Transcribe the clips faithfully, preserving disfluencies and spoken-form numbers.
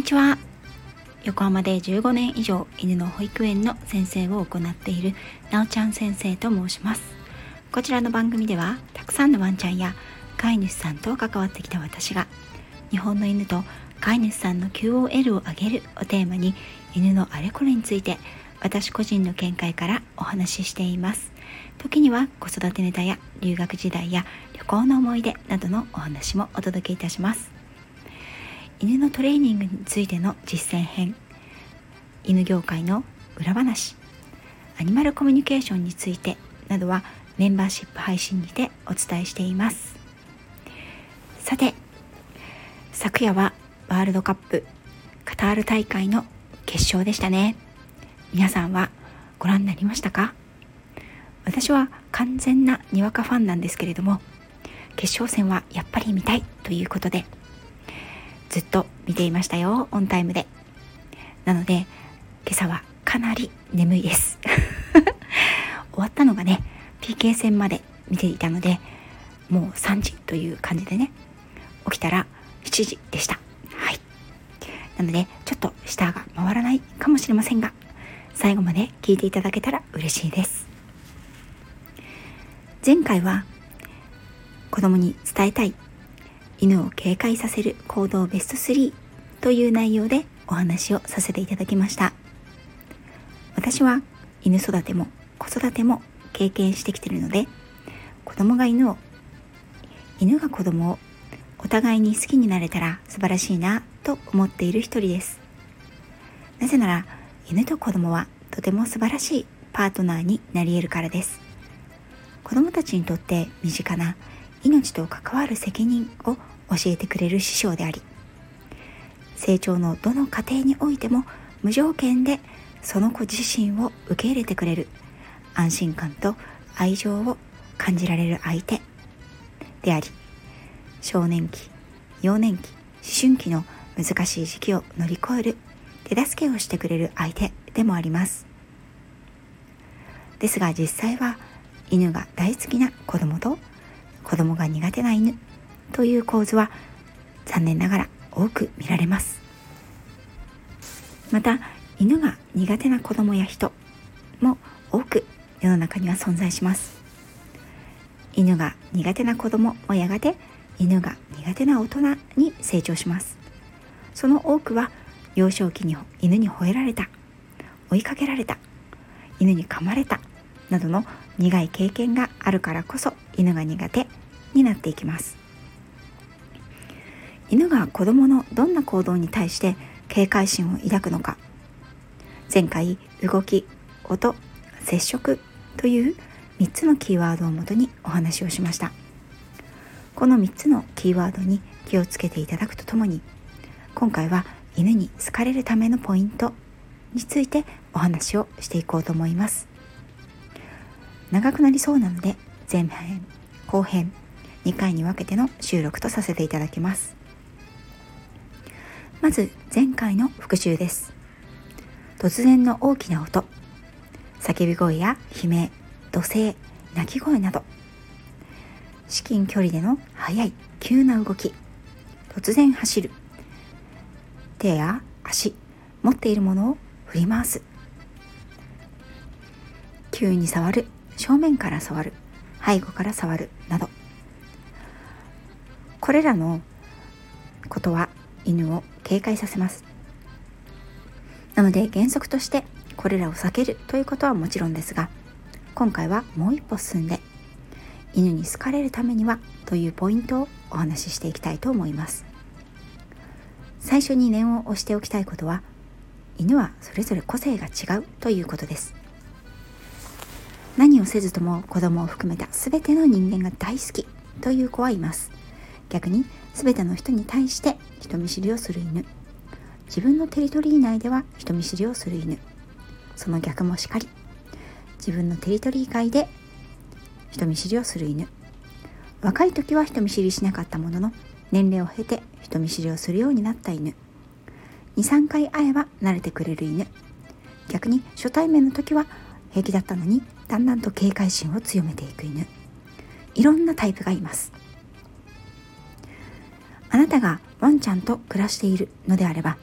ちは。横浜でじゅうごねん以上犬の保育園の先生を行っているなおちゃん先生と申します。こちらの番組ではたくさんのワンちゃんや飼い主さんと関わってきた私が日本の犬と飼い主さんの キューオーエル を上げるをテーマに犬のあれこれについて私個人の見解からお話ししています。時には子育てネタや留学時代や旅行の思い出などのお話もお届けいたします。犬のトレーニングについての実践編、犬業界の裏話、アニマルコミュニケーションについてなどはメンバーシップ配信にてお伝えしています。さて、昨夜はワールドカップカタール大会の決勝でしたね。皆さんはご覧になりましたか？私は完全なにわかファンなんですけれども、決勝戦はやっぱり見たいということでずっと見ていましたよ、オンタイムで。なので今朝はかなり眠いです終わったのがね ピーケー 戦まで見ていたので、もうさんじという感じでね、起きたらしちじでした。はい。なのでちょっと舌が回らないかもしれませんが、最後まで聞いていただけたら嬉しいです。前回は子供に伝えたい犬を警戒させる行動ベストスリーという内容でお話をさせていただきました。私は犬育ても子育ても経験してきているので、子供が犬を、犬が子供をお互いに好きになれたら素晴らしいなと思っている一人です。なぜなら犬と子供はとても素晴らしいパートナーになり得るからです。子供たちにとって身近な命と関わる責任を教えてくれる師匠であり、成長のどの過程においても無条件でその子自身を受け入れてくれる安心感と愛情を感じられる相手であり、少年期、幼年期、思春期の難しい時期を乗り越える手助けをしてくれる相手でもあります。ですが実際は犬が大好きな子供と子供が苦手な犬という構図は残念ながら多く見られます。また犬が苦手な子供や人も多く世の中には存在します。犬が苦手な子供もやがて犬が苦手な大人に成長します。その多くは幼少期に犬に吠えられた、追いかけられた、犬に噛まれたなどの苦い経験があるからこそ犬が苦手になっていきます。犬が子供のどんな行動に対して警戒心を抱くのか、前回動き、音、接触というみっつのキーワードをもとにお話をしました。このみっつのキーワードに気をつけていただくとともに、今回は犬に好かれるためのポイントについてお話をしていこうと思います。長くなりそうなので前編後編にかいに分けての収録とさせていただきます。まず前回の復習です。突然の大きな音、叫び声や悲鳴、怒声、鳴き声など、至近距離での速い急な動き、突然走る、手や足、持っているものを振り回す、急に触る、正面から触る、背後から触るなど、これらのことは犬を警戒させます。なので原則としてこれらを避けるということはもちろんですが、今回はもう一歩進んで犬に好かれるためにはというポイントをお話ししていきたいと思います。最初に念を押しておきたいことは、犬はそれぞれ個性が違うということです。何をせずとも子供を含めた全ての人間が大好きという子はいます。逆に全ての人に対して人見知りをする犬、自分のテリトリー内では人見知りをする犬、その逆もしかり、自分のテリトリー外で人見知りをする犬、若い時は人見知りしなかったものの年齢を経て人見知りをするようになった犬、にさんかい会えば慣れてくれる犬、逆に初対面の時は平気だったのにだんだんと警戒心を強めていく犬、いろんなタイプがいます。あなたがワンちゃんと暮らしているのであれば、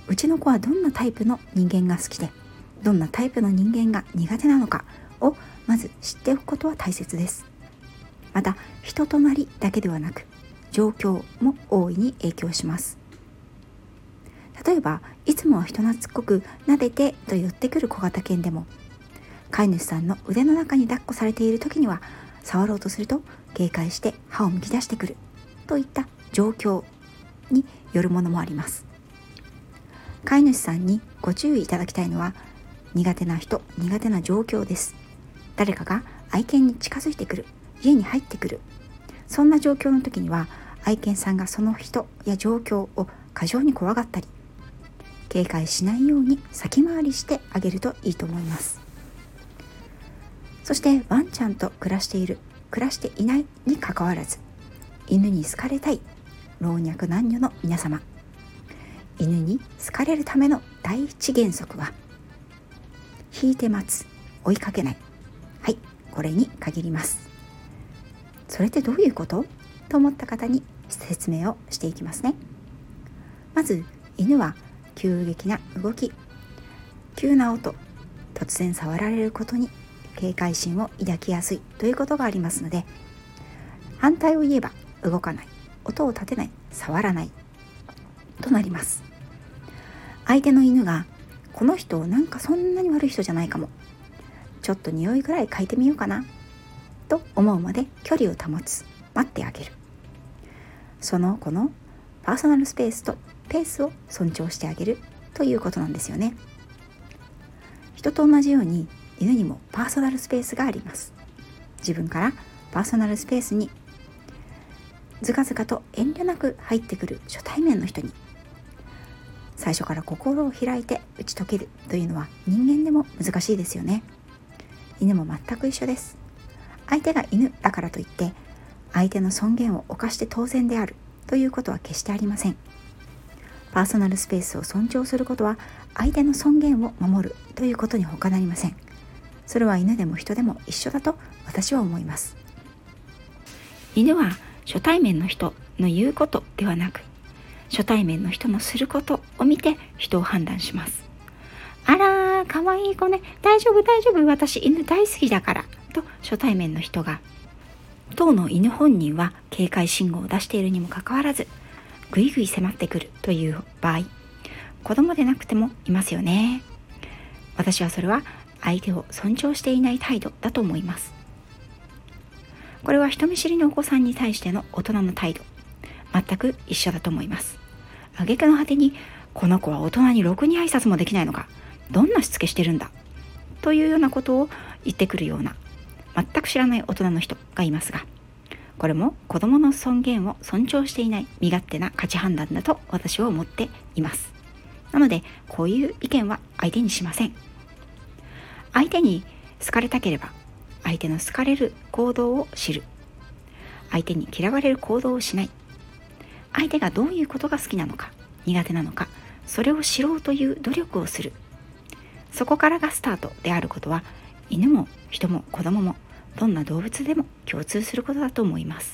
うちの子はどんなタイプの人間が好きで、どんなタイプの人間が苦手なのかをまず知っておくことは大切です。また人となりだけではなく状況も大いに影響します。例えばいつもは人懐っこく撫でてと寄ってくる小型犬でも、飼い主さんの腕の中に抱っこされている時には触ろうとすると警戒して歯をむき出してくるといった状況によるものもあります。飼い主さんにご注意いただきたいのは、苦手な人、苦手な状況です。誰かが愛犬に近づいてくる、家に入ってくる、そんな状況の時には愛犬さんがその人や状況を過剰に怖がったり警戒しないように先回りしてあげるといいと思います。そしてワンちゃんと暮らしている、暮らしていないにかかわらず、犬に好かれたい老若男女の皆様、犬に好かれるための第一原則は、引いて待つ、追いかけない、はい、これに限ります。それってどういうことと思った方に説明をしていきますね。まず犬は急激な動き、急な音、突然触られることに警戒心を抱きやすいということがありますので、反対を言えば動かない、音を立てない、触らないとなります。相手の犬がこの人なんかそんなに悪い人じゃないかも、ちょっと匂いぐらい嗅いでみようかなと思うまで距離を保つ、待ってあげる。その子のパーソナルスペースとペースを尊重してあげるということなんですよね。人と同じように犬にもパーソナルスペースがあります。自分からパーソナルスペースにずかずかと遠慮なく入ってくる初対面の人に、最初から心を開いて打ち解けるというのは人間でも難しいですよね。犬も全く一緒です。相手が犬だからといって相手の尊厳を侵して当然であるということは決してありません。パーソナルスペースを尊重することは相手の尊厳を守るということに他なりません。それは犬でも人でも一緒だと私は思います。犬は初対面の人の言うことではなく、初対面の人のすることを見て人を判断します。あらー、かわいい子ね、大丈夫大丈夫、私犬大好きだからと初対面の人が、当の犬本人は警戒信号を出しているにもかかわらずぐいぐい迫ってくるという場合、子供でなくてもいますよね。私はそれは相手を尊重していない態度だと思います。これは人見知りのお子さんに対しての大人の態度、全く一緒だと思います。挙句の果てに、この子は大人にろくに挨拶もできないのか、どんなしつけしてるんだというようなことを言ってくるような全く知らない大人の人がいますが、これも子供の尊厳を尊重していない身勝手な価値判断だと私は思っています。なのでこういう意見は相手にしません。相手に好かれたければ相手の好かれる行動を知る、相手に嫌われる行動をしない、相手がどういうことが好きなのか苦手なのか、それを知ろうという努力をする、そこからがスタートであることは、犬も人も子供もどんな動物でも共通することだと思います。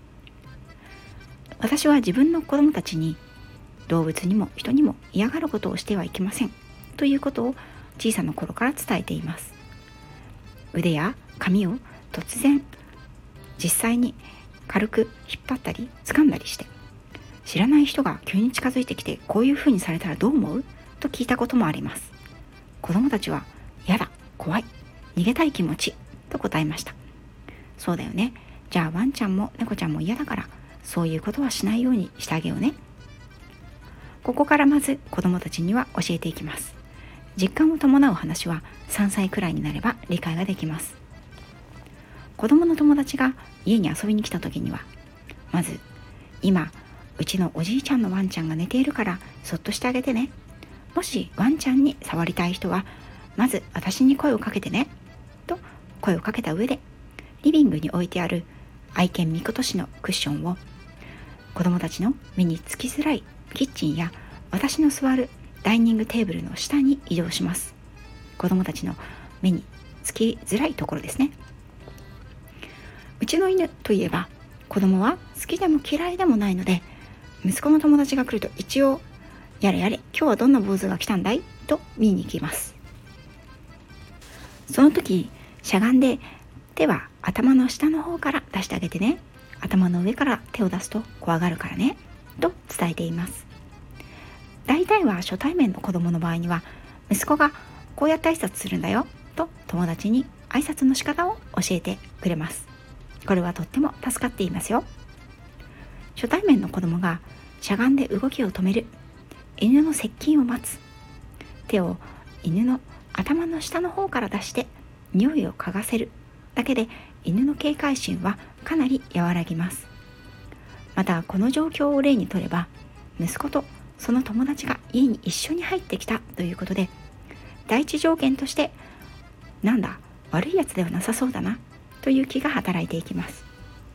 私は自分の子供たちに、動物にも人にも嫌がることをしてはいけませんということを小さな頃から伝えています。腕や髪を突然実際に軽く引っ張ったり掴んだりして、知らない人が急に近づいてきてこういう風にされたらどう思うと聞いたこともあります。子供たちは嫌だ、怖い、逃げたい気持ちと答えました。そうだよね、じゃあワンちゃんも猫ちゃんも嫌だからそういうことはしないようにしてあげようね。ここからまず子供たちには教えていきます。実感を伴う話はさんさいくらいになれば理解ができます。子供の友達が家に遊びに来た時には、まず今うちのおじいちゃんのワンちゃんが寝ているからそっとしてあげてね、もしワンちゃんに触りたい人はまず私に声をかけてねと声をかけた上で、リビングに置いてある愛犬みことしのクッションを子供たちの目につきづらいキッチンや私の座るダイニングテーブルの下に移動します。子供たちの目につきづらいところですね。うちの犬といえば子供は好きでも嫌いでもないので、息子の友達が来ると一応やれやれ、今日はどんな坊主が来たんだいと見に行きます。その時しゃがんで、手は頭の下の方から出してあげてね。頭の上から手を出すと怖がるからねと伝えています。大体は初対面の子供の場合には、息子がこうやって挨拶するんだよと友達に挨拶の仕方を教えてくれます。これはとっても助かっていますよ。初対面の子供がしゃがんで動きを止める、犬の接近を待つ、手を犬の頭の下の方から出して匂いを嗅がせるだけで、犬の警戒心はかなり和らぎます。またこの状況を例にとれば、息子とその友達が家に一緒に入ってきたということで、第一条件として、なんだ悪いやつではなさそうだなという気が働いていきます。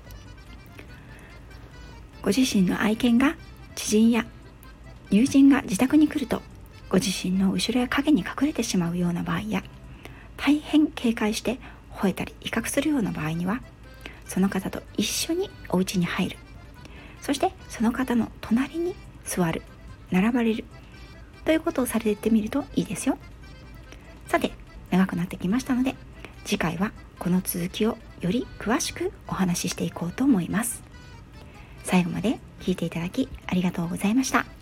ご自身の愛犬が知人や友人が自宅に来ると、ご自身の後ろや影に隠れてしまうような場合や、大変警戒して吠えたり威嚇するような場合には、その方と一緒にお家に入る、そしてその方の隣に座る、並ばれるということをされてみるといいですよ。さて、長くなってきましたので、次回はこの続きをより詳しくお話ししていこうと思います。最後まで聞いていただきありがとうございました。